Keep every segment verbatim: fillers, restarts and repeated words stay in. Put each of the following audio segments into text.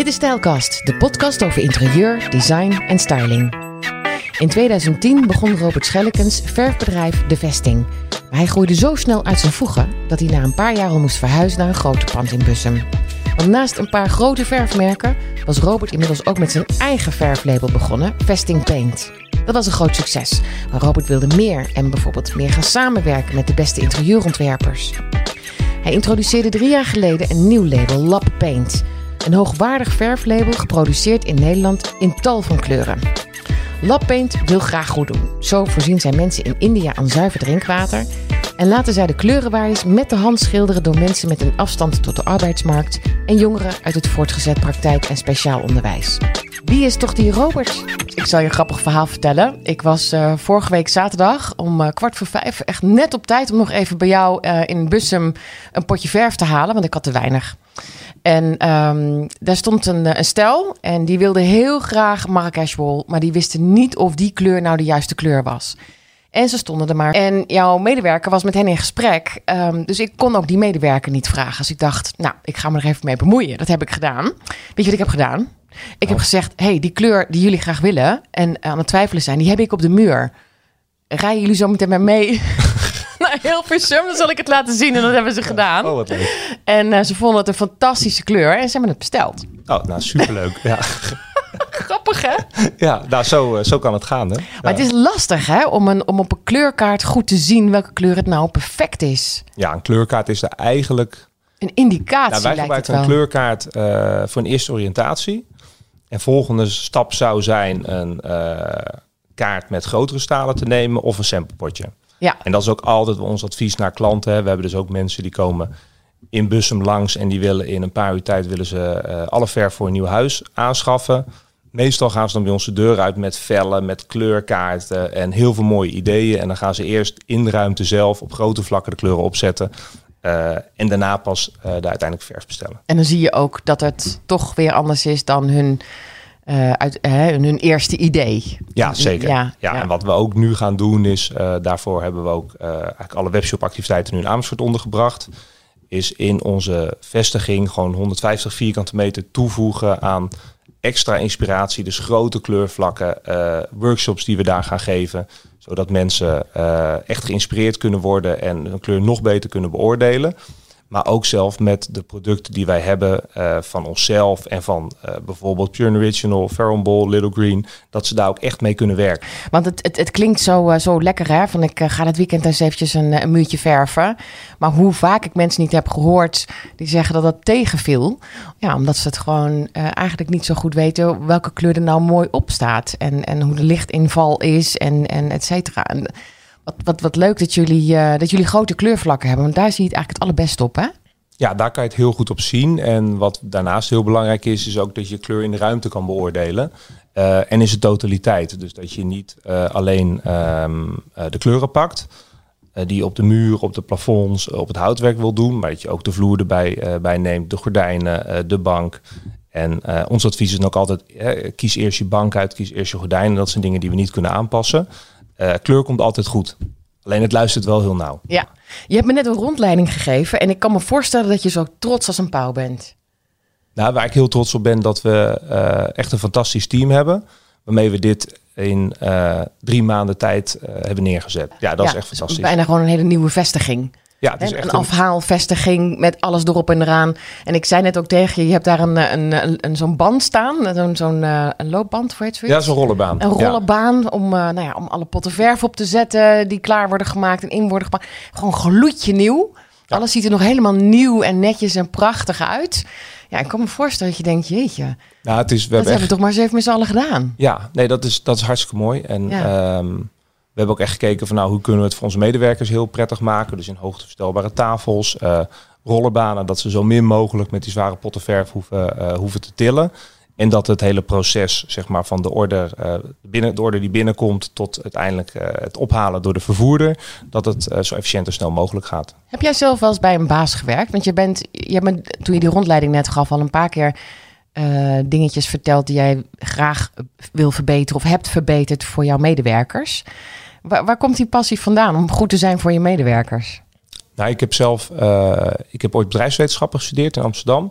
Dit is Stijlkast, de podcast over interieur, design en styling. In tweeduizend tien begon Robert Schellekens verfbedrijf De Vesting. Maar hij groeide zo snel uit zijn voegen dat hij na een paar jaar al moest verhuizen naar een grote pand in Bussum. Want naast een paar grote verfmerken was Robert inmiddels ook met zijn eigen verflabel begonnen, Vesting Paint. Dat was een groot succes, maar Robert wilde meer en bijvoorbeeld meer gaan samenwerken met de beste interieurontwerpers. Hij introduceerde drie jaar geleden een nieuw label, Lab Paint. Een hoogwaardig verflabel geproduceerd in Nederland in tal van kleuren. Lab Paint wil graag goed doen. Zo voorzien zij mensen in India aan zuiver drinkwater en laten zij de kleurenwaaiers met de hand schilderen door mensen met een afstand tot de arbeidsmarkt en jongeren uit het voortgezet praktijk en speciaal onderwijs. Wie is toch die Robert? Ik zal je een grappig verhaal vertellen. Ik was uh, vorige week zaterdag om uh, kwart voor vijf echt net op tijd om nog even bij jou uh, in Bussum een potje verf te halen, want ik had te weinig. En um, daar stond een, een stel en die wilde heel graag Marrakesh wol, maar die wisten niet of die kleur nou de juiste kleur was. En ze stonden er maar. En jouw medewerker was met hen in gesprek. Um, dus ik kon ook die medewerker niet vragen. Dus ik dacht, nou, ik ga me er even mee bemoeien. Dat heb ik gedaan. Weet je wat ik heb gedaan? Ik oh. heb gezegd, hey, die kleur die jullie graag willen en aan het twijfelen zijn, die heb ik op de muur. Rijden jullie zo meteen met mee naar Hilversum? Dan zal ik het laten zien en dat hebben ze gedaan. Oh, wat leuk. En uh, ze vonden het een fantastische kleur en ze hebben het besteld. Oh, nou, superleuk. Ja. Grappig, hè? Ja, nou, zo, zo kan het gaan, hè? Maar ja. Het is lastig, hè? Om, een, om op een kleurkaart goed te zien welke kleur het nou perfect is. Ja, een kleurkaart is er eigenlijk een indicatie, nou, wij lijkt het gebruiken wel. een kleurkaart uh, voor een eerste oriëntatie. En volgende stap zou zijn een uh, kaart met grotere stalen te nemen of een samplepotje. Ja. En dat is ook altijd ons advies naar klanten. Hè. We hebben dus ook mensen die komen in Bussum langs en die willen in een paar uur tijd willen ze uh, alle verf voor een nieuw huis aanschaffen. Meestal gaan ze dan bij ons de deur uit met vellen, met kleurkaarten en heel veel mooie ideeën. En dan gaan ze eerst in de ruimte zelf op grote vlakken de kleuren opzetten. Uh, en daarna pas uh, de uiteindelijk verf bestellen. En dan zie je ook dat het toch weer anders is dan hun, uh, uit, uh, hun eerste idee. Ja, zeker. Ja, ja, ja. En wat we ook nu gaan doen is, uh, daarvoor hebben we ook uh, eigenlijk alle webshop-activiteiten nu in Amersfoort ondergebracht. Is in onze vestiging gewoon honderdvijftig vierkante meter toevoegen aan extra inspiratie. Dus grote kleurvlakken, uh, workshops die we daar gaan geven. Zodat mensen uh, echt geïnspireerd kunnen worden en een kleur nog beter kunnen beoordelen. Maar ook zelf met de producten die wij hebben uh, van onszelf en van uh, bijvoorbeeld Pure Original, Farrow Ball, Little Green. Dat ze daar ook echt mee kunnen werken. Want het, het, het klinkt zo, uh, zo lekker, hè? Van ik uh, ga dit weekend eens eventjes een, een muurtje verven. Maar hoe vaak ik mensen niet heb gehoord die zeggen dat dat tegenviel. Ja, omdat ze het gewoon uh, eigenlijk niet zo goed weten welke kleur er nou mooi op staat. En, en hoe de lichtinval is en, en et cetera. En, Wat, wat, wat leuk dat jullie, uh, dat jullie grote kleurvlakken hebben. Want daar zie je het eigenlijk het allerbest op, hè? Ja, daar kan je het heel goed op zien. En wat daarnaast heel belangrijk is, is ook dat je kleur in de ruimte kan beoordelen. Uh, en is het totaliteit. Dus dat je niet uh, alleen um, uh, de kleuren pakt, uh, die je op de muur, op de plafonds, op het houtwerk wil doen. Maar dat je ook de vloer erbij uh, bij neemt, de gordijnen, uh, de bank. En uh, ons advies is dan ook altijd, uh, kies eerst je bank uit, kies eerst je gordijnen. Dat zijn dingen die we niet kunnen aanpassen. Uh, kleur komt altijd goed. Alleen het luistert wel heel nauw. Ja, je hebt me net een rondleiding gegeven en ik kan me voorstellen dat je zo trots als een pauw bent. Nou, waar ik heel trots op ben dat we uh, echt een fantastisch team hebben. Waarmee we dit in uh, drie maanden tijd uh, hebben neergezet. Ja, dat ja, is echt fantastisch. Bijna gewoon een hele nieuwe vestiging. Ja, het is He, echt een, een afhaalvestiging met alles erop en eraan. En ik zei net ook tegen je, je hebt daar een, een, een, een, zo'n band staan. Zo'n, zo'n uh, een loopband, hoe heet zoiets? Ja, zo'n rollerbaan. Een rollerbaan ja. om, uh, nou ja, om alle potten verf op te zetten die klaar worden gemaakt en in worden gemaakt. Gewoon gloedje nieuw. Ja. Alles ziet er nog helemaal nieuw en netjes en prachtig uit. Ja, ik kan me voorstellen dat je denkt, jeetje, nou, het is, we dat hebben echt... we toch maar eens even met z'n allen gedaan. Ja, nee, dat is, dat is hartstikke mooi. En ja. um, we hebben ook echt gekeken van nou, hoe kunnen we het voor onze medewerkers heel prettig maken. Dus in hoogteverstelbare tafels, uh, rollerbanen, dat ze zo min mogelijk met die zware potten verf hoeven, uh, hoeven te tillen. En dat het hele proces, zeg maar, van de order, uh, binnen, de order die binnenkomt tot uiteindelijk uh, het ophalen door de vervoerder, dat het uh, zo efficiënt en snel mogelijk gaat. Heb jij zelf wel eens bij een baas gewerkt? Want je bent, je bent toen je die rondleiding net gaf, al een paar keer uh, dingetjes verteld die jij graag wil verbeteren of hebt verbeterd voor jouw medewerkers. Waar, waar komt die passie vandaan om goed te zijn voor je medewerkers? Nou, ik heb zelf, uh, ik heb ooit bedrijfswetenschappen gestudeerd in Amsterdam.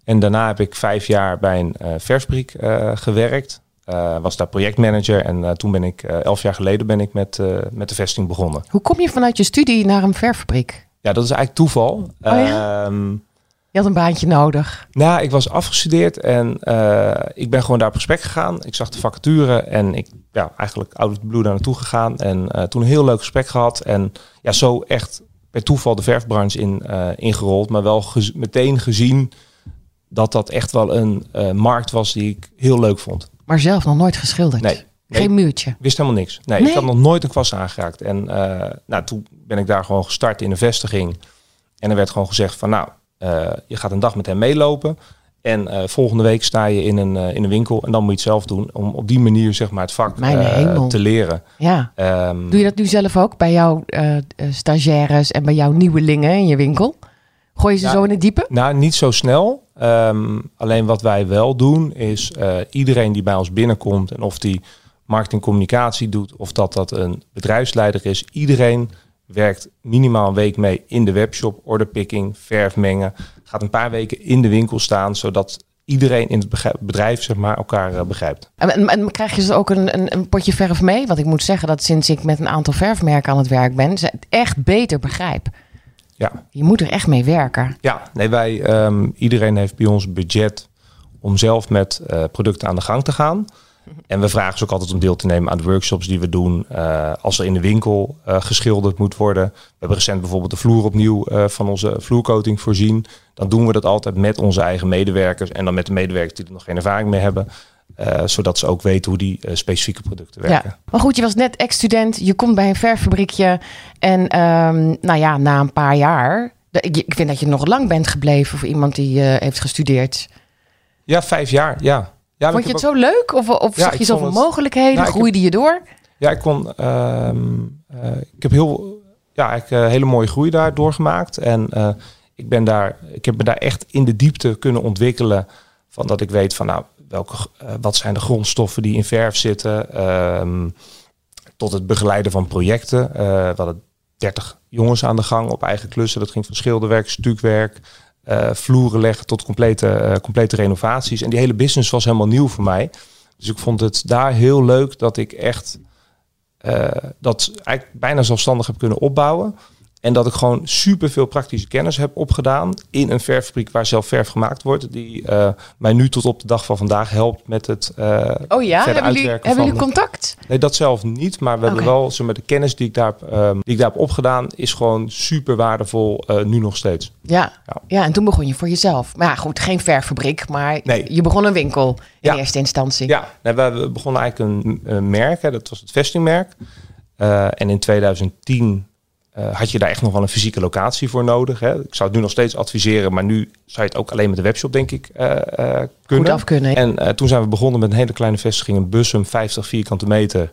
En daarna heb ik vijf jaar bij een uh, verffabriek uh, gewerkt. Uh, was daar projectmanager en uh, toen ben ik, uh, elf jaar geleden ben ik met, uh, met de vesting begonnen. Hoe kom je vanuit je studie naar een verffabriek? Ja, dat is eigenlijk toeval. Oh, ja? Um, je had een baantje nodig. Nou, ik was afgestudeerd en uh, ik ben gewoon daar op gesprek gegaan. Ik zag de vacature en ik ja, eigenlijk out of the blue daar naartoe gegaan. En uh, toen een heel leuk gesprek gehad. En ja, zo echt per toeval de verfbranche in, uh, ingerold. Maar wel gez- meteen gezien dat dat echt wel een uh, markt was die ik heel leuk vond. Maar zelf nog nooit geschilderd? Nee. nee Geen muurtje? Wist helemaal niks. Nee, nee, ik had nog nooit een kwast aangeraakt. En uh, nou, toen ben ik daar gewoon gestart in een vestiging. En er werd gewoon gezegd van nou, uh, je gaat een dag met hem meelopen. En uh, volgende week sta je in een, uh, in een winkel en dan moet je het zelf doen. Om op die manier zeg maar het vak uh, te leren. Ja. Um, Doe je dat nu zelf ook bij jouw uh, stagiaires en bij jouw nieuwelingen in je winkel? Gooi je ze nou, zo in het diepe? Nou, niet zo snel. Um, alleen wat wij wel doen is uh, iedereen die bij ons binnenkomt en of die marketingcommunicatie doet of dat dat een bedrijfsleider is. Iedereen werkt minimaal een week mee in de webshop, orderpicking, verf mengen. Gaat een paar weken in de winkel staan, zodat iedereen in het bedrijf zeg maar, elkaar uh, begrijpt. En, en, en krijg je dus ook een, een, een potje verf mee? Want ik moet zeggen dat sinds ik met een aantal verfmerken aan het werk ben, ze het echt beter begrijp. Ja. Je moet er echt mee werken. Ja, nee, wij, um, iedereen heeft bij ons budget om zelf met uh, producten aan de gang te gaan. En we vragen ze ook altijd om deel te nemen aan de workshops die we doen. Uh, als er in de winkel uh, geschilderd moet worden. We hebben recent bijvoorbeeld de vloer opnieuw uh, van onze vloercoating voorzien. Dan doen we dat altijd met onze eigen medewerkers. En dan met de medewerkers die er nog geen ervaring mee hebben. Uh, zodat ze ook weten hoe die uh, specifieke producten werken. Ja, maar goed, je was net ex-student. Je komt bij een verffabriekje. En um, nou ja, na een paar jaar. Ik vind dat je nog lang bent gebleven voor iemand die uh, heeft gestudeerd. Ja, vijf jaar, ja. Ja, vond je het ook zo leuk? Of, of ja, zag je zoveel het... mogelijkheden? Nou, Groeide heb... je door? Ja, ik kon. Uh, uh, ik heb heel, ja, ik, uh, hele mooie groei daar doorgemaakt. En uh, ik ben daar, ik heb me daar echt in de diepte kunnen ontwikkelen. Van dat ik weet van nou, welke, uh, wat zijn de grondstoffen die in verf zitten. Uh, tot het begeleiden van projecten. Uh, we hadden dertig jongens aan de gang op eigen klussen. Dat ging van schilderwerk, stukwerk. Uh, vloeren leggen tot complete, uh, complete renovaties. En die hele business was helemaal nieuw voor mij. Dus ik vond het daar heel leuk dat ik echt uh, dat eigenlijk bijna zelfstandig heb kunnen opbouwen. En dat ik gewoon super veel praktische kennis heb opgedaan in een verffabriek waar zelf verf gemaakt wordt. Die uh, mij nu tot op de dag van vandaag helpt met het uh, oh ja? verder hebben uitwerken jullie, van... Hebben jullie contact? Nee, dat zelf niet. Maar we okay. hebben wel, zeg maar, de kennis die ik daar, um, die ik daar heb opgedaan is gewoon super waardevol uh, nu nog steeds. Ja. Ja. ja, en toen begon je voor jezelf. Maar ja, goed, geen verffabriek, maar nee. je begon een winkel in ja. eerste instantie. Ja, nee, we begonnen eigenlijk een, een merk. Hè, dat was het vestingmerk. Uh, en in tweeduizend tien... Uh, had je daar echt nog wel een fysieke locatie voor nodig. Hè? Ik zou het nu nog steeds adviseren, maar nu zou je het ook alleen met de webshop, denk ik, uh, uh, kunnen. Goed af kunnen. En uh, toen zijn we begonnen met een hele kleine vestiging, een Bussum, vijftig vierkante meter.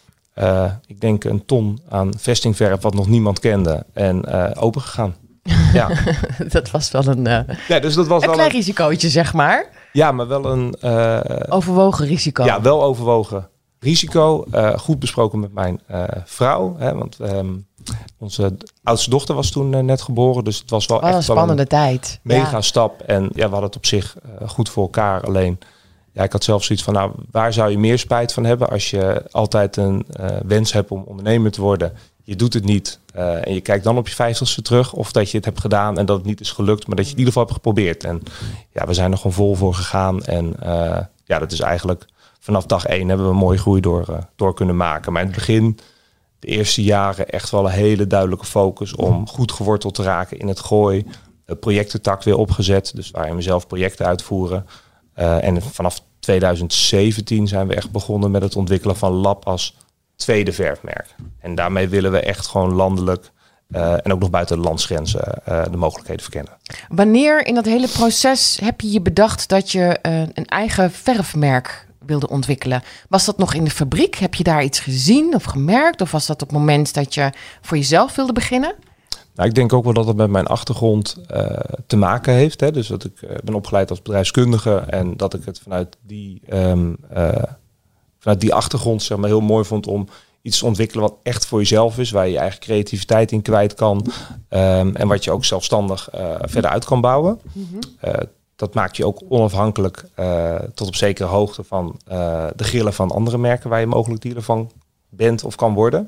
Uh, ik denk een ton aan vestingverf, wat nog niemand kende. En uh, open gegaan. Ja. Dat was wel een, uh, ja, dus dat was een wel klein een risicootje, zeg maar. Ja, maar wel een... Uh, overwogen risico. Ja, wel overwogen risico. Uh, goed besproken met mijn uh, vrouw. Hè, want um, onze oudste dochter was toen uh, net geboren. Dus het was wel oh, echt een spannende wel een tijd. mega ja. stap. En ja, we hadden het op zich uh, goed voor elkaar. Alleen, ja, ik had zelf zoiets van, nou, waar zou je meer spijt van hebben als je altijd een uh, wens hebt om ondernemer te worden? Je doet het niet uh, en je kijkt dan op je vijftigste terug. Of dat je het hebt gedaan en dat het niet is gelukt, maar dat je het in ieder geval hebt geprobeerd. En ja, we zijn er gewoon vol voor gegaan. En uh, ja, dat is eigenlijk vanaf dag één hebben we een mooie groei door, uh, door kunnen maken. Maar in het begin, de eerste jaren, echt wel een hele duidelijke focus om goed geworteld te raken in het gooi. De projectentak weer opgezet, dus waarin we zelf projecten uitvoeren. Uh, en vanaf tweeduizend zeventien zijn we echt begonnen met het ontwikkelen van Lab als tweede verfmerk. En daarmee willen we echt gewoon landelijk uh, en ook nog buiten de landsgrenzen uh, de mogelijkheden verkennen. Wanneer in dat hele proces heb je je bedacht dat je uh, een eigen verfmerk wilde ontwikkelen? Was dat nog in de fabriek? Heb je daar iets gezien of gemerkt? Of was dat op het moment dat je voor jezelf wilde beginnen? Nou, ik denk ook wel dat het met mijn achtergrond uh, te maken heeft. Hè. Dus dat ik uh, ben opgeleid als bedrijfskundige en dat ik het vanuit die, um, uh, vanuit die achtergrond zeg maar, heel mooi vond om iets te ontwikkelen wat echt voor jezelf is, waar je je eigen creativiteit in kwijt kan um, en wat je ook zelfstandig uh, verder uit kan bouwen. Mm-hmm. Uh, dat maakt je ook onafhankelijk uh, tot op zekere hoogte van uh, de grillen van andere merken waar je mogelijk dealer van bent of kan worden.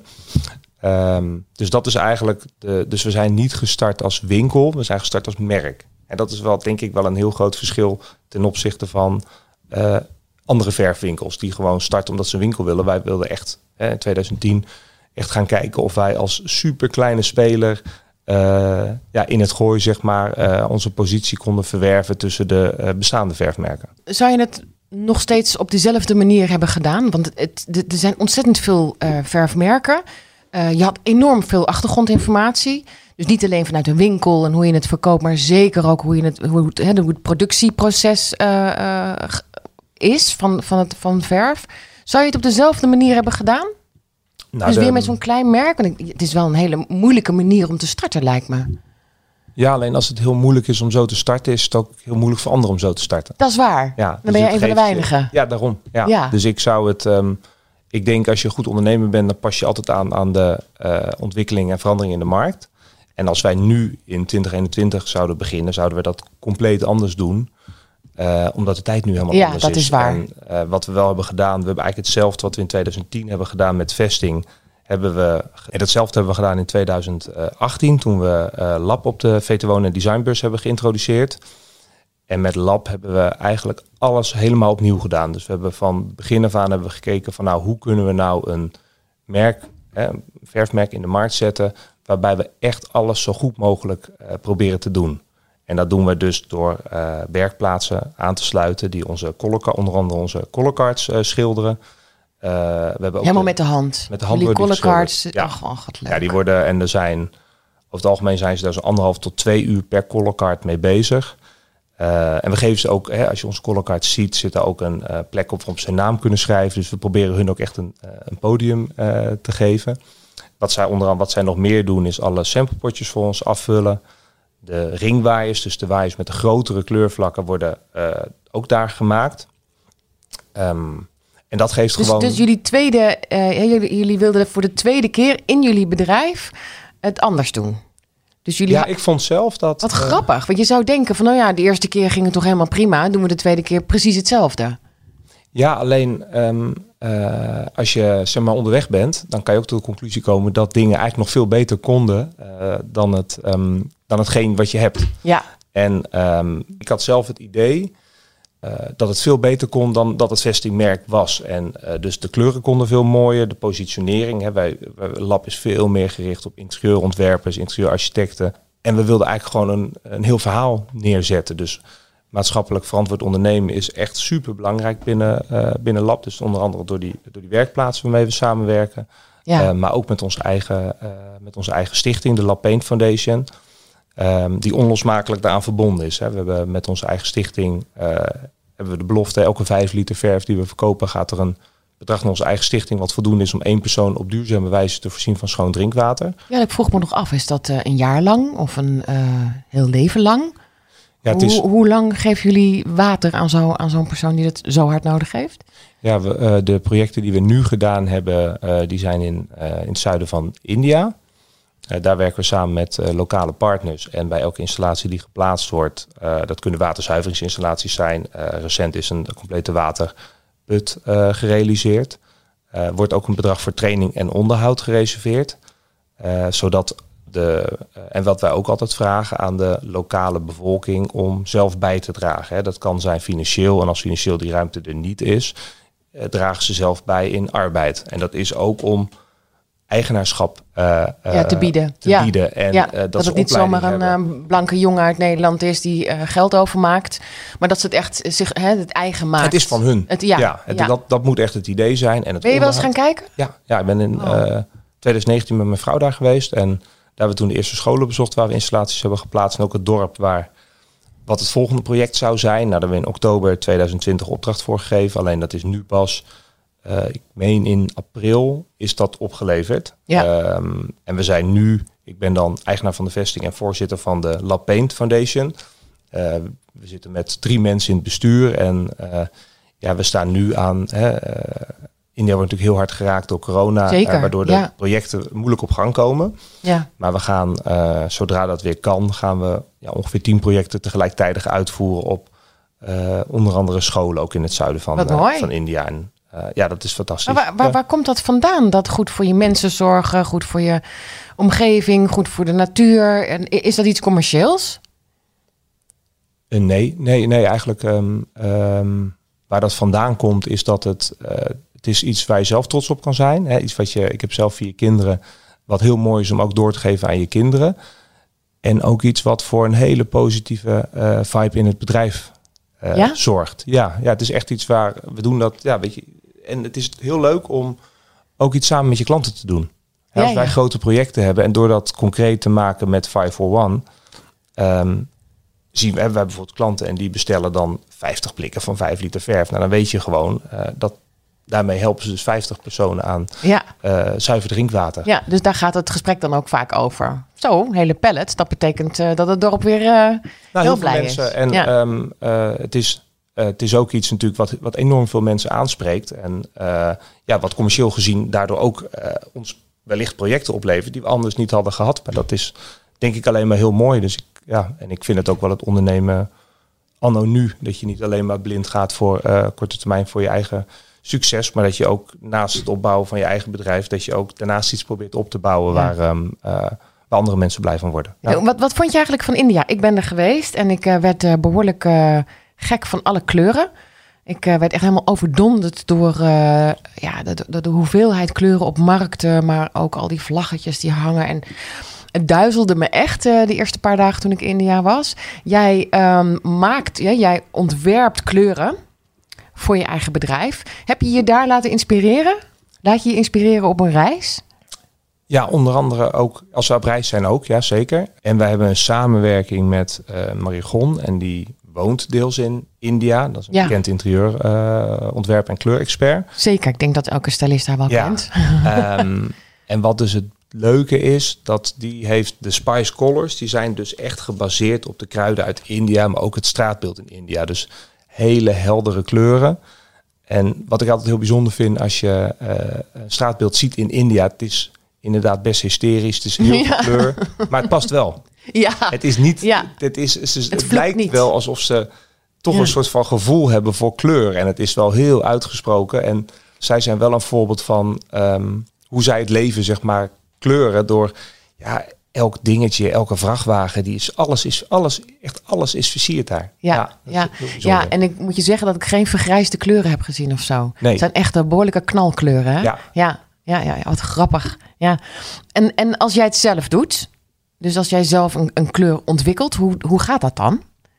Um, dus dat is eigenlijk, de, dus we zijn niet gestart als winkel, we zijn gestart als merk. En dat is wel, denk ik, wel een heel groot verschil ten opzichte van uh, andere verfwinkels die gewoon starten omdat ze een winkel willen. Wij wilden echt hè, in twintig tien echt gaan kijken of wij als super kleine speler uh, ja, in het gooi zeg maar uh, onze positie konden verwerven tussen de uh, bestaande verfmerken. Zou je het nog steeds op dezelfde manier hebben gedaan? Want het, het, er zijn ontzettend veel uh, verfmerken. Uh, je had enorm veel achtergrondinformatie. Dus niet alleen vanuit een winkel en hoe je het verkoopt, maar zeker ook hoe, je het, hoe, het, hè, hoe het productieproces uh, uh, is van, van, het, van verf. Zou je het op dezelfde manier hebben gedaan? Nou, dus de... weer met zo'n klein merk? Want het is wel een hele moeilijke manier om te starten, lijkt me. Ja, alleen als het heel moeilijk is om zo te starten, is het ook heel moeilijk voor anderen om zo te starten. Dat is waar. Ja, dan dus ben je een van de weinigen. Je, ja, daarom. Ja. Ja. Dus ik zou het... Um, ik denk als je goed ondernemer bent, dan pas je altijd aan aan de uh, ontwikkeling en verandering in de markt. En als wij nu in twintig eenentwintig zouden beginnen, zouden we dat compleet anders doen. Uh, omdat de tijd nu helemaal ja, anders dat is. is waar. En uh, wat we wel hebben gedaan, we hebben eigenlijk hetzelfde wat we in twintig tien hebben gedaan met vesting. Hebben we, en hetzelfde hebben we gedaan in twintig achttien, toen we uh, Lab op de V T Wonen Designbeurs hebben geïntroduceerd. En met Lab hebben we eigenlijk alles helemaal opnieuw gedaan. Dus we hebben van begin af aan hebben we gekeken van nou, hoe kunnen we nou een merk, hè, een verfmerk in de markt zetten, waarbij we echt alles zo goed mogelijk uh, proberen te doen. En dat doen we dus door uh, werkplaatsen aan te sluiten die onze color, onder andere onze colorcards uh, schilderen. Uh, we hebben ook helemaal de, met de hand. Met de hand. Die colorcards. Ja. Oh, oh, wat leuk. Ja, die worden en er zijn over het algemeen zijn ze daar zo'n anderhalf tot twee uur per colorcard mee bezig. Uh, en we geven ze ook, hè, als je onze colorcards ziet, zit er ook een uh, plek op waarop ze hun naam kunnen schrijven. Dus we proberen hun ook echt een, uh, een podium uh, te geven. Wat zij onderaan, wat zij nog meer doen, is alle samplepotjes voor ons afvullen. De ringwaaiers, dus de waaiers met de grotere kleurvlakken, worden uh, ook daar gemaakt. Um, en dat geeft dus, gewoon... Dus jullie tweede, uh, jullie, jullie wilden voor de tweede keer in jullie bedrijf het anders doen? Dus jullie ja, ha- ik vond zelf dat... Wat uh, grappig, want je zou denken van nou ja, de eerste keer ging het toch helemaal prima. Doen we de tweede keer precies hetzelfde. Ja, alleen um, uh, als je zeg maar onderweg bent, dan kan je ook tot de conclusie komen dat dingen eigenlijk nog veel beter konden uh, dan, het, um, dan hetgeen wat je hebt. Ja. En um, ik had zelf het idee uh, dat het veel beter kon dan dat het vestingmerk was. En uh, dus de kleuren konden veel mooier, de positionering. Hè, wij, wij, Lab is veel meer gericht op interieurontwerpers, interieurarchitecten. En we wilden eigenlijk gewoon een, een heel verhaal neerzetten. Dus maatschappelijk verantwoord ondernemen is echt super belangrijk binnen, uh, binnen Lab. Dus onder andere door die, door die werkplaatsen waarmee we samenwerken. Ja. Uh, maar ook met onze, eigen, uh, met onze eigen stichting, de Lab Paint Foundation. Um, die onlosmakelijk daaraan verbonden is. Hè. We hebben met onze eigen stichting uh, hebben we de belofte, elke vijf liter verf die we verkopen, gaat er een bedrag naar onze eigen stichting wat voldoende is om één persoon op duurzame wijze te voorzien van schoon drinkwater. Ja, ik vroeg me nog af, is dat uh, een jaar lang of een uh, heel leven lang? Ja, het is... hoe, hoe lang geven jullie water aan, zo, aan zo'n persoon die het zo hard nodig heeft? Ja, we, uh, de projecten die we nu gedaan hebben, uh, die zijn in, uh, in het zuiden van India. Uh, daar werken we samen met uh, lokale partners. En bij elke installatie die geplaatst wordt, uh, dat kunnen waterzuiveringsinstallaties zijn. Uh, recent is een complete waterput uh, gerealiseerd. Uh, wordt ook een bedrag voor training en onderhoud gereserveerd. Uh, zodat de, uh, en wat wij ook altijd vragen aan de lokale bevolking om zelf bij te dragen. Hè. Dat kan zijn financieel. En als financieel die ruimte er niet is, uh, dragen ze zelf bij in arbeid. En dat is ook om eigenaarschap uh, ja, te bieden. Te ja. bieden. En, ja, uh, dat, dat het niet zomaar een uh, blanke jongen uit Nederland is die uh, geld overmaakt. Maar dat ze het echt zich hè, het eigen maakt. Het is van hun. Het, ja, ja, het, ja. Dat, dat moet echt het idee zijn. En het ben je wel eens onderhoud. gaan kijken? Ja, ja ik ben in oh. uh, twintig negentien met mijn vrouw daar geweest. En daar hebben we toen de eerste scholen bezocht waar we installaties hebben geplaatst. En ook het dorp waar wat het volgende project zou zijn. Nou, daar hebben we in oktober twintig twintig opdracht voor gegeven. Alleen dat is nu pas... Uh, ik meen in april is dat opgeleverd. Ja. Um, en we zijn nu, ik ben dan eigenaar van de vesting en voorzitter van de Lab Paint Foundation. Uh, we zitten met drie mensen in het bestuur en uh, ja, we staan nu aan. Hè, uh, India wordt natuurlijk heel hard geraakt door corona, Zeker, uh, waardoor de ja. projecten moeilijk op gang komen. Ja. Maar we gaan, uh, zodra dat weer kan, gaan we ja, ongeveer tien projecten tegelijkertijd uitvoeren op uh, onder andere scholen ook in het zuiden van, uh, van India. En uh, ja, dat is fantastisch. Maar waar, waar, waar komt dat vandaan? Dat goed voor je mensen zorgen, goed voor je omgeving, goed voor de natuur. En is dat iets commercieels? Uh, nee, nee, nee, eigenlijk um, um, waar dat vandaan komt is dat het, uh, het is iets waar je zelf trots op kan zijn. Hè? Iets wat je, ik heb zelf vier kinderen, wat heel mooi is om ook door te geven aan je kinderen. En ook iets wat voor een hele positieve uh, vibe in het bedrijf uh, ja? zorgt. Ja, ja, het is echt iets waar we doen dat. Ja, weet je, en het is heel leuk om ook iets samen met je klanten te doen. Ja, als ja, wij ja. grote projecten hebben en door dat concreet te maken met five for one, um, zien we, hebben wij bijvoorbeeld klanten en die bestellen dan vijftig blikken van vijf liter verf. Nou, dan weet je gewoon uh, dat daarmee helpen ze dus vijftig personen aan ja. uh, zuiver drinkwater. Ja, dus daar gaat het gesprek dan ook vaak over. Zo, hele pallet. Dat betekent uh, dat het dorp weer uh, nou, heel, heel blij mensen. is. En ja. um, uh, het is uh, het is ook iets natuurlijk wat, wat enorm veel mensen aanspreekt. En uh, ja, wat commercieel gezien daardoor ook uh, ons wellicht projecten oplevert die we anders niet hadden gehad. Maar dat is denk ik alleen maar heel mooi. Dus ik, ja, en ik vind het ook wel het ondernemen anno nu. Dat je niet alleen maar blind gaat voor uh, korte termijn voor je eigen succes, maar dat je ook naast het opbouwen van je eigen bedrijf, dat je ook daarnaast iets probeert op te bouwen ja. waar, um, uh, waar andere mensen blij van worden. Ja. Wat, wat vond je eigenlijk van India? Ik ben er geweest en ik uh, werd uh, behoorlijk uh, gek van alle kleuren. Ik uh, werd echt helemaal overdonderd door, uh, ja, de, de, de hoeveelheid kleuren op markten, maar ook al die vlaggetjes die hangen. En het duizelde me echt uh, de eerste paar dagen toen ik in India was. Jij um, maakt, ja, jij ontwerpt kleuren voor je eigen bedrijf. Heb je je daar laten inspireren? Laat je je inspireren op een reis? Ja, onder andere ook als we op reis zijn ook, ja zeker. En wij hebben een samenwerking met uh, Marigon en die woont deels in India. Dat is een ja. bekend interieurontwerp uh, en kleurexpert. Zeker, ik denk dat elke stylist haar wel ja. kent. um, en wat dus het leuke is, dat die heeft de Spice Colors. Die zijn dus echt gebaseerd op de kruiden uit India, maar ook het straatbeeld in India. Dus hele heldere kleuren. En wat ik altijd heel bijzonder vind als je uh, een straatbeeld ziet in India, het is inderdaad best hysterisch, het is heel ja. veel kleur, maar het past wel. Ja. Het is niet, ja. het, is, het, is, het, het lijkt niet. wel alsof ze toch ja. een soort van gevoel hebben voor kleur. En het is wel heel uitgesproken. En zij zijn wel een voorbeeld van um, hoe zij het leven, zeg maar, kleuren door ja, elk dingetje, elke vrachtwagen, die is alles is alles echt alles is versierd daar. Ja, ja, ja. ja. En ik moet je zeggen dat ik geen vergrijsde kleuren heb gezien of zo. Nee. Het zijn echt behoorlijke knalkleuren. Hè? Ja. Ja, ja, ja, ja, wat grappig. Ja. En en als jij het zelf doet, dus als jij zelf een, een kleur ontwikkelt, hoe hoe gaat dat dan?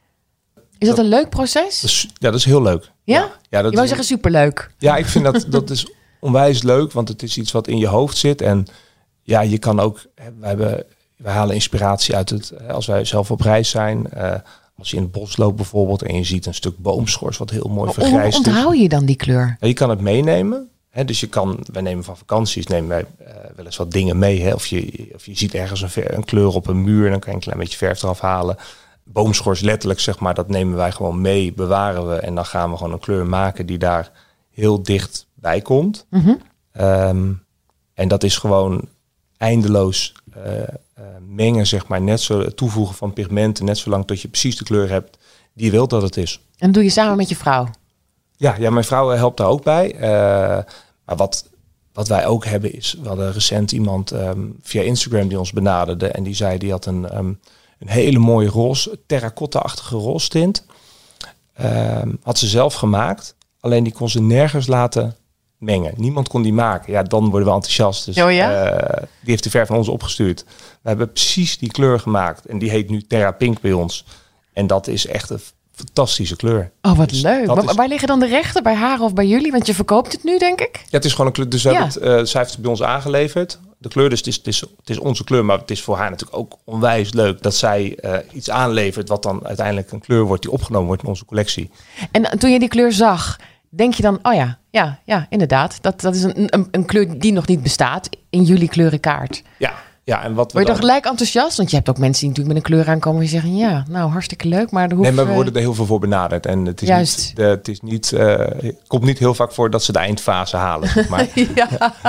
Is dat, dat een leuk proces? Dat is, ja, dat is heel leuk. Ja? Ja, ja dat je wou is, zeggen superleuk. Ja, ik vind dat dat is onwijs leuk, want het is iets wat in je hoofd zit en ja, je kan ook. We hebben, we halen inspiratie uit het. Als wij zelf op reis zijn, uh, als je in het bos loopt bijvoorbeeld en je ziet een stuk boomschors wat heel mooi vergrijsd is. Hoe onthoud je dan die kleur? Ja, je kan het meenemen. Hè, dus je kan, wij nemen van vakanties, nemen wij uh, wel eens wat dingen mee. Hè, of je, of je ziet ergens een, ver, een kleur op een muur, dan kan je een klein beetje verf eraf halen. Boomschors letterlijk, zeg maar, dat nemen wij gewoon mee, bewaren we en dan gaan we gewoon een kleur maken die daar heel dicht bij komt. Mm-hmm. Um, en dat is gewoon eindeloos uh, uh, mengen, zeg maar, net zo toevoegen van pigmenten, net zolang tot je precies de kleur hebt die je wilt dat het is. En dat doe je samen met je vrouw? Ja, ja, mijn vrouw helpt daar ook bij. Uh, maar wat, wat wij ook hebben is, we hadden recent iemand um, via Instagram die ons benaderde en die zei die had een, um, een hele mooie roze, terracotta-achtige roze tint. Um, had ze zelf gemaakt, alleen die kon ze nergens laten mengen. Niemand kon die maken. Ja, dan worden we enthousiast. Dus, oh ja? uh, die heeft de verf van ons opgestuurd. We hebben precies die kleur gemaakt. En die heet nu Terra Pink bij ons. En dat is echt een fantastische kleur. Oh, wat dus leuk. Maar, is... Waar liggen dan de rechten? Bij haar of bij jullie? Want je verkoopt het nu, denk ik. Ja, het is gewoon een kleur. Dus ja. het, uh, zij heeft het bij ons aangeleverd. De kleur, dus het is, het, is, het is onze kleur. Maar het is voor haar natuurlijk ook onwijs leuk dat zij uh, iets aanlevert wat dan uiteindelijk een kleur wordt die opgenomen wordt in onze collectie. En toen je die kleur zag, denk je dan, oh ja, ja, ja, inderdaad. Dat, dat is een, een, een kleur die nog niet bestaat in jullie kleurenkaart. Ja, ja. En wat we Word je dan... dan gelijk enthousiast? Want je hebt ook mensen die natuurlijk met een kleur aankomen die zeggen, ja, nou, hartstikke leuk, maar er hoeft... Nee, maar we worden er heel veel voor benaderd. En het is Juist. niet, de, het is niet, uh, het komt niet heel vaak voor dat ze de eindfase halen, zeg maar. Ja.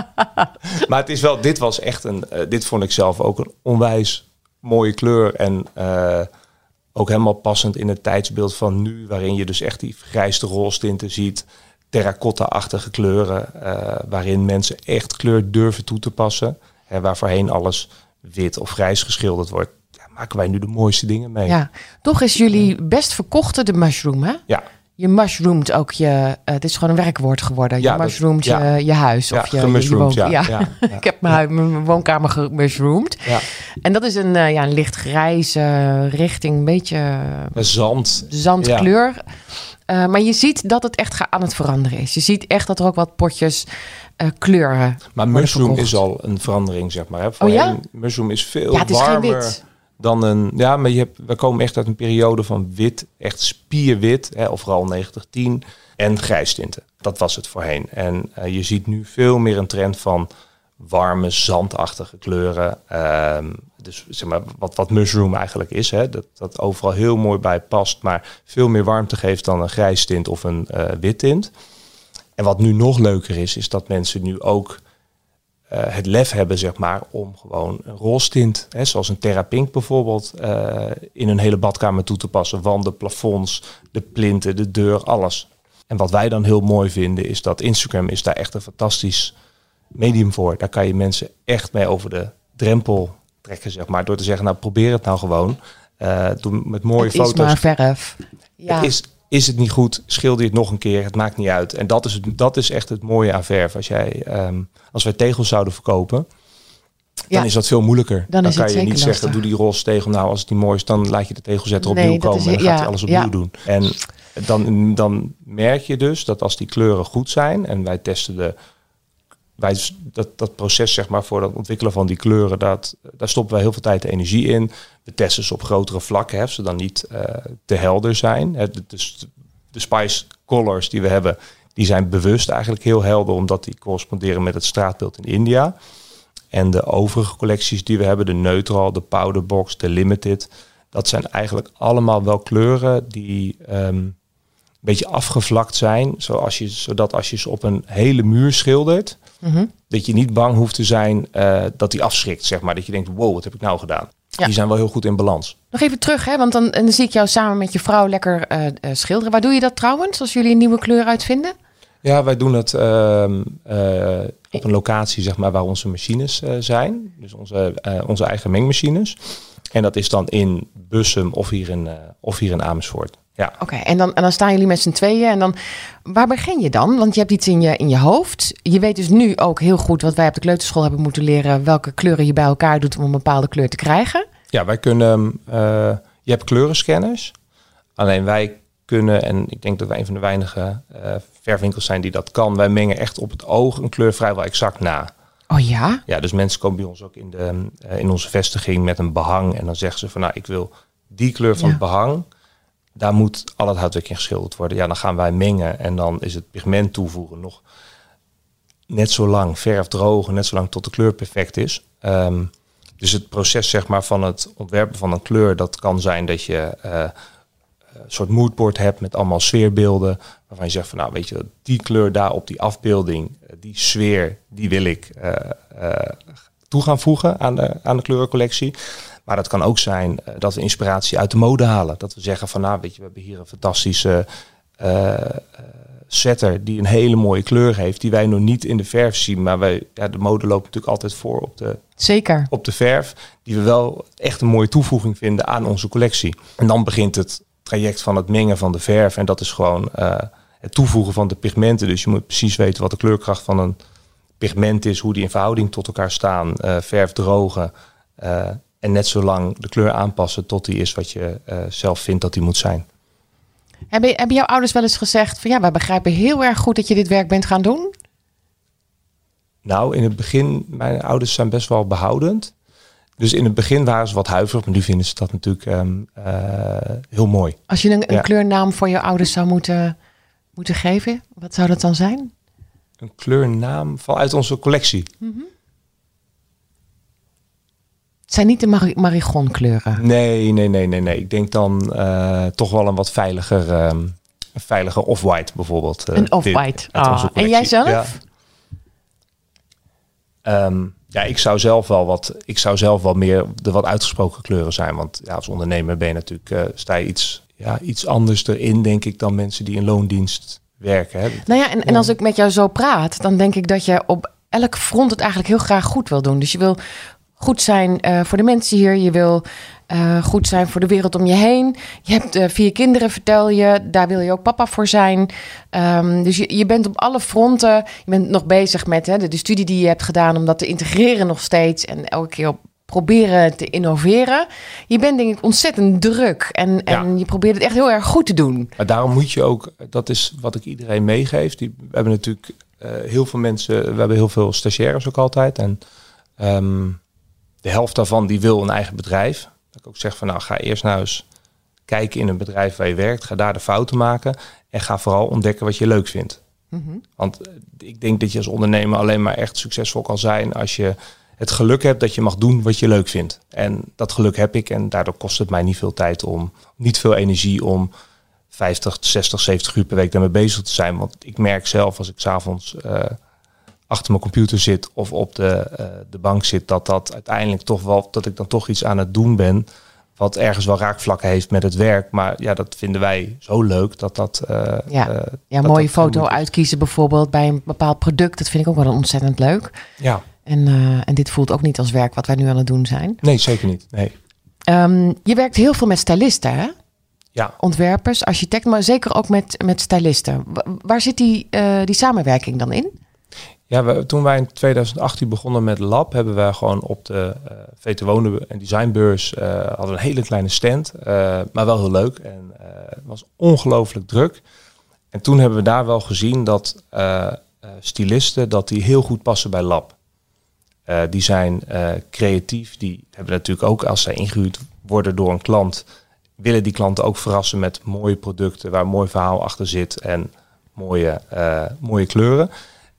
Maar het is wel, dit was echt een, uh, dit vond ik zelf ook een onwijs mooie kleur. En uh, ook helemaal passend in het tijdsbeeld van nu, waarin je dus echt die vergrijsde rolstinten ziet, terracotta-achtige kleuren, uh, waarin mensen echt kleur durven toe te passen. Hè, waar voorheen alles wit of grijs geschilderd wordt, ja, maken wij nu de mooiste dingen mee. Ja, toch is jullie best verkochte de mushroom, hè? Ja. Je mushroomt ook je... Uh, het is gewoon een werkwoord geworden. Je ja, mushroomt dat, je, ja. je huis. Ja, of je, je, je ja. ja. Ja, ja. Ik heb mijn, mijn woonkamer gemushroomd. Ja. En dat is een, uh, ja, een licht grijze richting, een beetje... Uh, zand. Zandkleur. Ja. Uh, maar je ziet dat het echt aan het veranderen is. Je ziet echt dat er ook wat potjes uh, kleuren Maar mushroom verkocht. Is al een verandering, zeg maar. Hè. Oh ja? Mushroom is veel ja, het is warmer... geen wit. Dan een, ja, maar je hebt, we komen echt uit een periode van wit, echt spierwit, hè, of vooral negentig tien, en grijstinten. Dat was het voorheen. En uh, je ziet nu veel meer een trend van warme, zandachtige kleuren. Uh, dus zeg maar, wat, wat mushroom eigenlijk is, hè, dat, dat overal heel mooi bij past, maar veel meer warmte geeft dan een grijstint of een uh, wittint. En wat nu nog leuker is, is dat mensen nu ook Uh, het lef hebben, zeg maar, om gewoon een rolstint, hè, zoals een Terra Pink bijvoorbeeld, uh, in een hele badkamer toe te passen. Wanden, plafonds, de plinten, de deur, alles. En wat wij dan heel mooi vinden, is dat Instagram is daar echt een fantastisch medium voor. Daar kan je mensen echt mee over de drempel trekken, zeg maar, door te zeggen, nou, probeer het nou gewoon. Uh, doe met mooie het foto's. Het is maar verf. Ja. Het is, is het niet goed, schilder je het nog een keer. Het maakt niet uit. En dat is, dat is echt het mooie aan verf. Als, jij, um, als wij tegels zouden verkopen, dan ja. is dat veel moeilijker. Dan, dan kan je niet lastig. zeggen, doe die roze tegel. Nou, als het niet mooi is, dan laat je de tegelzetter opnieuw nee, komen. Is, en dan ja, gaat hij alles opnieuw ja. doen. En dan, dan merk je dus dat als die kleuren goed zijn, en wij testen de... Wij, dat, dat proces, zeg maar, voor het ontwikkelen van die kleuren, dat, daar stoppen wij heel veel tijd en energie in. We testen ze op grotere vlakken, hè, ze dan niet uh, te helder zijn. Hè, dus de Spice Colors die we hebben, die zijn bewust eigenlijk heel helder, omdat die corresponderen met het straatbeeld in India. En de overige collecties die we hebben, de Neutral, de Powderbox, de Limited, dat zijn eigenlijk allemaal wel kleuren die um, een beetje afgevlakt zijn, zoals je, zodat als je ze op een hele muur schildert, mm-hmm. dat je niet bang hoeft te zijn uh, dat die afschrikt, zeg maar. Dat je denkt, wow, wat heb ik nou gedaan? Ja. Die zijn wel heel goed in balans. Nog even terug, hè? Want dan, dan zie ik jou samen met je vrouw lekker uh, uh, schilderen. Waar doe je dat trouwens, als jullie een nieuwe kleur uitvinden? Ja, wij doen het uh, uh, op een locatie, zeg maar, waar onze machines uh, zijn. Dus onze, uh, onze eigen mengmachines. En dat is dan in Bussum of hier in, uh, of hier in Amersfoort. Ja. Oké, okay, en, dan, en dan staan jullie met z'n tweeën. En dan, waar begin je dan? Want je hebt iets in je, in je hoofd. Je weet dus nu ook heel goed wat wij op de kleuterschool hebben moeten leren, welke kleuren je bij elkaar doet om een bepaalde kleur te krijgen. Ja, wij kunnen... Uh, je hebt kleurenscanners. Alleen wij kunnen, en ik denk dat wij een van de weinige uh, verfwinkels zijn die dat kan. Wij mengen echt op het oog een kleur vrijwel exact na. Oh ja? Ja, dus mensen komen bij ons ook in, de, uh, in onze vestiging met een behang. En dan zeggen ze van, nou, ik wil die kleur van ja. het behang. Daar moet al het houtwerk in geschilderd worden. Ja, dan gaan wij mengen en dan is het pigment toevoegen nog net zo lang, verf drogen, net zo lang tot de kleur perfect is. Um, dus het proces, zeg maar, van het ontwerpen van een kleur, dat kan zijn dat je uh, een soort moodboard hebt met allemaal sfeerbeelden, waarvan je zegt van, nou, weet je, die kleur daar op die afbeelding, die sfeer, die wil ik uh, uh, toe gaan voegen aan de, aan de kleurencollectie. Maar dat kan ook zijn uh, dat we inspiratie uit de mode halen. Dat we zeggen van, nou, weet je, we hebben hier een fantastische uh, uh, setter die een hele mooie kleur heeft, die wij nog niet in de verf zien. Maar wij, ja, de mode loopt natuurlijk altijd voor op de, Zeker. op de verf, die we wel echt een mooie toevoeging vinden aan onze collectie. En dan begint het traject van het mengen van de verf. En dat is gewoon uh, het toevoegen van de pigmenten. Dus je moet precies weten wat de kleurkracht van een pigment is, hoe die in verhouding tot elkaar staan, uh, verf drogen. Uh, En net zo lang de kleur aanpassen tot die is wat je uh, zelf vindt dat die moet zijn. Hebben, hebben jouw ouders wel eens gezegd van ja, wij begrijpen heel erg goed dat je dit werk bent gaan doen? Nou, in het begin, mijn ouders zijn best wel behoudend. Dus in het begin waren ze wat huiverig, maar nu vinden ze dat natuurlijk um, uh, heel mooi. Als je een, een ja. kleurnaam voor je ouders zou moeten, moeten geven, wat zou dat dan zijn? Een kleurnaam vanuit onze collectie? Mm-hmm. Het zijn niet de Mar- Marigon kleuren. Nee, nee, nee, nee, nee. Ik denk dan uh, toch wel een wat veiliger, um, een veiliger off-white bijvoorbeeld. Uh, een off-white. Oh. En jij zelf? Ja. Um, Ja, ik zou zelf wel wat, ik zou zelf wel meer de wat uitgesproken kleuren zijn. Want ja, als ondernemer ben je natuurlijk, uh, sta je iets, ja, iets anders erin, denk ik, dan mensen die in loondienst werken. Hè. Nou ja, en, en als ik met jou zo praat, dan denk ik dat je op elk front het eigenlijk heel graag goed wil doen. Dus je wil goed zijn uh, voor de mensen hier. Je wil uh, goed zijn voor de wereld om je heen. Je hebt uh, vier kinderen, vertel je. Daar wil je ook papa voor zijn. Um, dus je, je bent op alle fronten. Je bent nog bezig met hè, de, de studie die je hebt gedaan om dat te integreren nog steeds. En elke keer op proberen te innoveren. Je bent denk ik ontzettend druk. En, ja. en je probeert het echt heel erg goed te doen. Maar daarom moet je ook, dat is wat ik iedereen meegeef. Die, we hebben natuurlijk uh, heel veel mensen, we hebben heel veel stagiaires ook altijd. En um, de helft daarvan die wil een eigen bedrijf. Dat ik ook zeg van nou ga eerst nou eens kijken in een bedrijf waar je werkt. Ga daar de fouten maken. En ga vooral ontdekken wat je leuk vindt. Mm-hmm. Want ik denk dat je als ondernemer alleen maar echt succesvol kan zijn als je het geluk hebt dat je mag doen wat je leuk vindt. En dat geluk heb ik en daardoor kost het mij niet veel tijd om, niet veel energie om vijftig, zestig, zeventig uur per week daarmee bezig te zijn. Want ik merk zelf als ik 's avonds uh, achter mijn computer zit of op de, uh, de bank zit, dat dat uiteindelijk toch wel, dat ik dan toch iets aan het doen ben wat ergens wel raakvlakken heeft met het werk. Maar ja, dat vinden wij zo leuk dat dat... Uh, ja, uh, ja dat mooie dat foto uitkiezen bijvoorbeeld bij een bepaald product. Dat vind ik ook wel ontzettend leuk. Ja. En, uh, en dit voelt ook niet als werk wat wij nu aan het doen zijn. Nee, zeker niet. Nee. Um, je werkt heel veel met stylisten, hè? Ja. Ontwerpers, architecten, maar zeker ook met, met stylisten. Waar zit die, uh, die samenwerking dan in? Ja, we, toen wij in twintig achttien begonnen met Lab, hebben we gewoon op de uh, V T Wonen en Designbeurs uh, hadden we een hele kleine stand, uh, maar wel heel leuk en uh, het was ongelooflijk druk. En toen hebben we daar wel gezien dat uh, uh, stylisten dat die heel goed passen bij Lab. Uh, die zijn uh, creatief, die hebben natuurlijk ook als zij ingehuurd worden door een klant, willen die klanten ook verrassen met mooie producten waar een mooi verhaal achter zit en mooie, uh, mooie kleuren.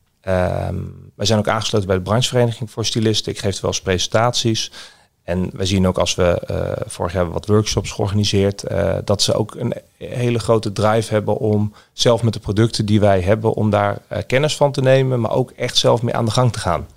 Um, wij zijn ook aangesloten bij de branchevereniging voor stylisten. Ik geef er wel eens presentaties. En wij zien ook als we uh, vorig jaar wat workshops georganiseerd, uh, dat ze ook een hele grote drive hebben om zelf met de producten die wij hebben, om daar uh, kennis van te nemen, maar ook echt zelf mee aan de gang te gaan.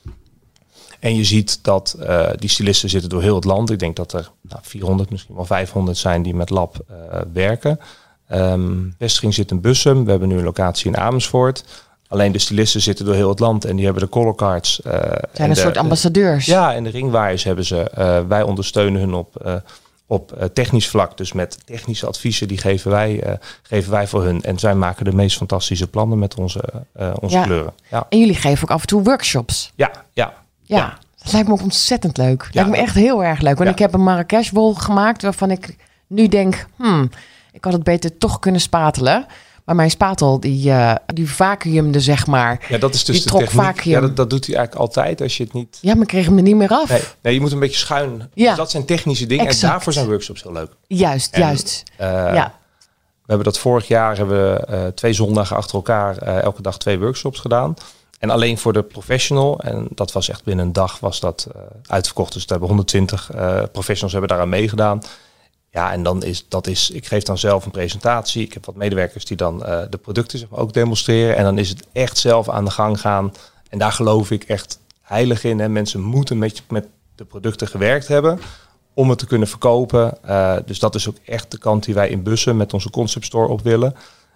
En je ziet dat uh, die stylisten zitten door heel het land. Ik denk dat er nou, vierhonderd, misschien wel vijfhonderd zijn die met Lab uh, werken. Um, vestiging zit in Bussum. We hebben nu een locatie in Amersfoort. Alleen de stylisten zitten door heel het land en die hebben de color cards. Uh, zijn en een de, soort ambassadeurs. De, ja, en de ringwaaiers hebben ze. Uh, wij ondersteunen hun op, uh, op uh, technisch vlak. Dus met technische adviezen die geven wij, uh, geven wij voor hun. En zij maken de meest fantastische plannen met onze, uh, onze ja. kleuren. Ja. En jullie geven ook af en toe workshops. Ja, ja. Ja, ja. Dat lijkt me ook ontzettend leuk. Ja, lijkt me echt heel erg leuk. Want ja. ik heb een Marrakesh wol gemaakt waarvan ik nu denk, hmm, ik had het beter toch kunnen spatelen. Maar mijn spatel, die, uh, die vacuümde, zeg maar. Ja, dat is dus die de trok techniek. vacuüm. Ja, dat, dat doet hij eigenlijk altijd als je het niet... Ja, maar ik kreeg hem er niet meer af. Nee, nee je moet een beetje schuin. Ja. Dus dat zijn technische dingen. Exact. En daarvoor zijn workshops heel leuk. Juist, en, juist. Uh, ja. We hebben dat vorig jaar, hebben we uh, twee zondagen achter elkaar, uh, elke dag twee workshops gedaan. En alleen voor de professional. En dat was echt binnen een dag was dat uh, uitverkocht. Dus daar hebben honderdtwintig uh, professionals hebben daaraan meegedaan. Ja, en dan is dat is, ik geef dan zelf een presentatie. Ik heb wat medewerkers die dan uh, de producten zeg maar, ook demonstreren. En dan is het echt zelf aan de gang gaan. En daar geloof ik echt heilig in. Hè. Mensen moeten met, met de producten gewerkt hebben om het te kunnen verkopen. Uh, dus dat is ook echt de kant die wij in Bussen met onze concept store op willen.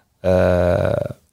Uh,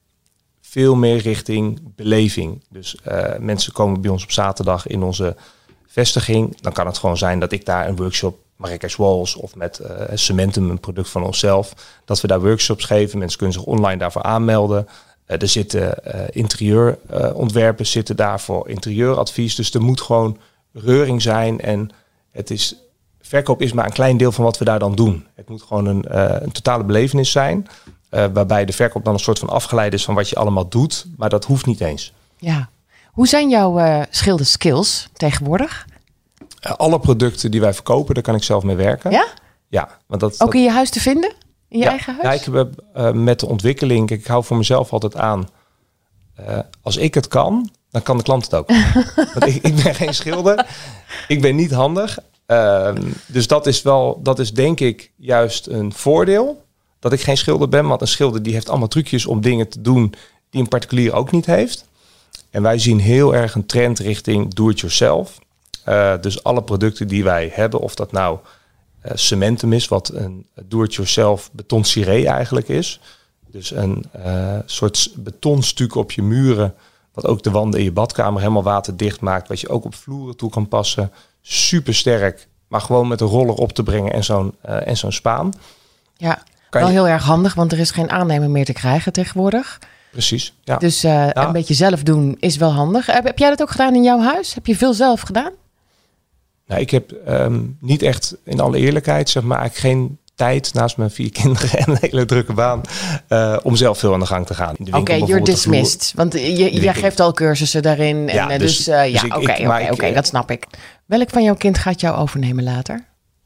veel meer richting beleving. Dus uh, mensen komen bij ons op zaterdag in onze vestiging. Dan kan het gewoon zijn dat ik daar een workshop Marrakesh Walls of met uh, Cementum, een product van onszelf, dat we daar workshops geven. Mensen kunnen zich online daarvoor aanmelden. Uh, er zitten uh, interieurontwerpers uh, zitten daar voor interieuradvies. Dus er moet gewoon reuring zijn. En het is, verkoop is maar een klein deel van wat we daar dan doen. Het moet gewoon een, uh, een totale belevenis zijn. Uh, waarbij de verkoop dan een soort van afgeleid is van wat je allemaal doet. Maar dat hoeft niet eens. Ja. Hoe zijn jouw uh, schilderskills tegenwoordig? Uh, alle producten die wij verkopen, daar kan ik zelf mee werken. Ja? Ja. Want dat, ook dat, in je huis te vinden? In je ja, eigen huis? Ja, ik heb uh, met de ontwikkeling, kijk, ik hou voor mezelf altijd aan. Uh, als ik het kan, dan kan de klant het ook. Want ik, ik ben geen schilder. Ik ben niet handig. Uh, dus dat is wel, dat is denk ik juist een voordeel. Dat ik geen schilder ben. Want een schilder die heeft allemaal trucjes om dingen te doen die een particulier ook niet heeft. En wij zien heel erg een trend richting do-it-yourself. Uh, dus alle producten die wij hebben, of dat nou uh, Cementum is, wat een do-it-yourself beton ciré eigenlijk is. Dus een uh, soort betonstuk op je muren, wat ook de wanden in je badkamer helemaal waterdicht maakt, wat je ook op vloeren toe kan passen. Super sterk, maar gewoon met een roller op te brengen en zo'n, uh, en zo'n spaan. Ja, kan wel je... heel erg handig, want er is geen aannemer meer te krijgen tegenwoordig. Precies, ja. Dus uh, ja. een beetje zelf doen is wel handig. Heb, heb jij dat ook gedaan in jouw huis? Heb je veel zelf gedaan? Nou, ik heb um, niet echt, in alle eerlijkheid, zeg maar, eigenlijk geen tijd naast mijn vier kinderen en een hele drukke baan uh, om zelf veel aan de gang te gaan. Oké, okay, you're dismissed. Want je, jij geeft al cursussen daarin. En, ja, dus, dus, uh, dus ja, oké, oké, oké, dat snap ik. Welk van jouw kind gaat jou overnemen later?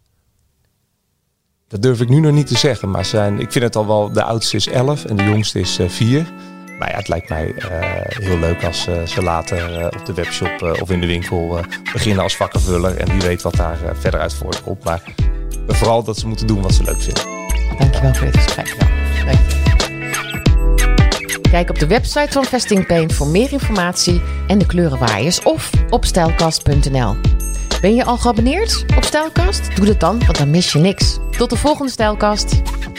Dat durf ik nu nog niet te zeggen, maar zijn, ik vind het al wel, de oudste is elf en de jongste is uh, vier. Maar ja, het lijkt mij uh, heel leuk als uh, ze later uh, op de webshop uh, of in de winkel uh, beginnen als vakkenvuller. En wie weet wat daar uh, verder uit voortkomt. Maar vooral dat ze moeten doen wat ze leuk vinden. Dankjewel voor dit gesprek. Ja, dank je. Kijk op de website van Vesting Paint voor meer informatie en de kleurenwaaiers of op stijlkast punt n l. Ben je al geabonneerd op Stijlkast? Doe dat dan, want dan mis je niks. Tot de volgende Stijlkast.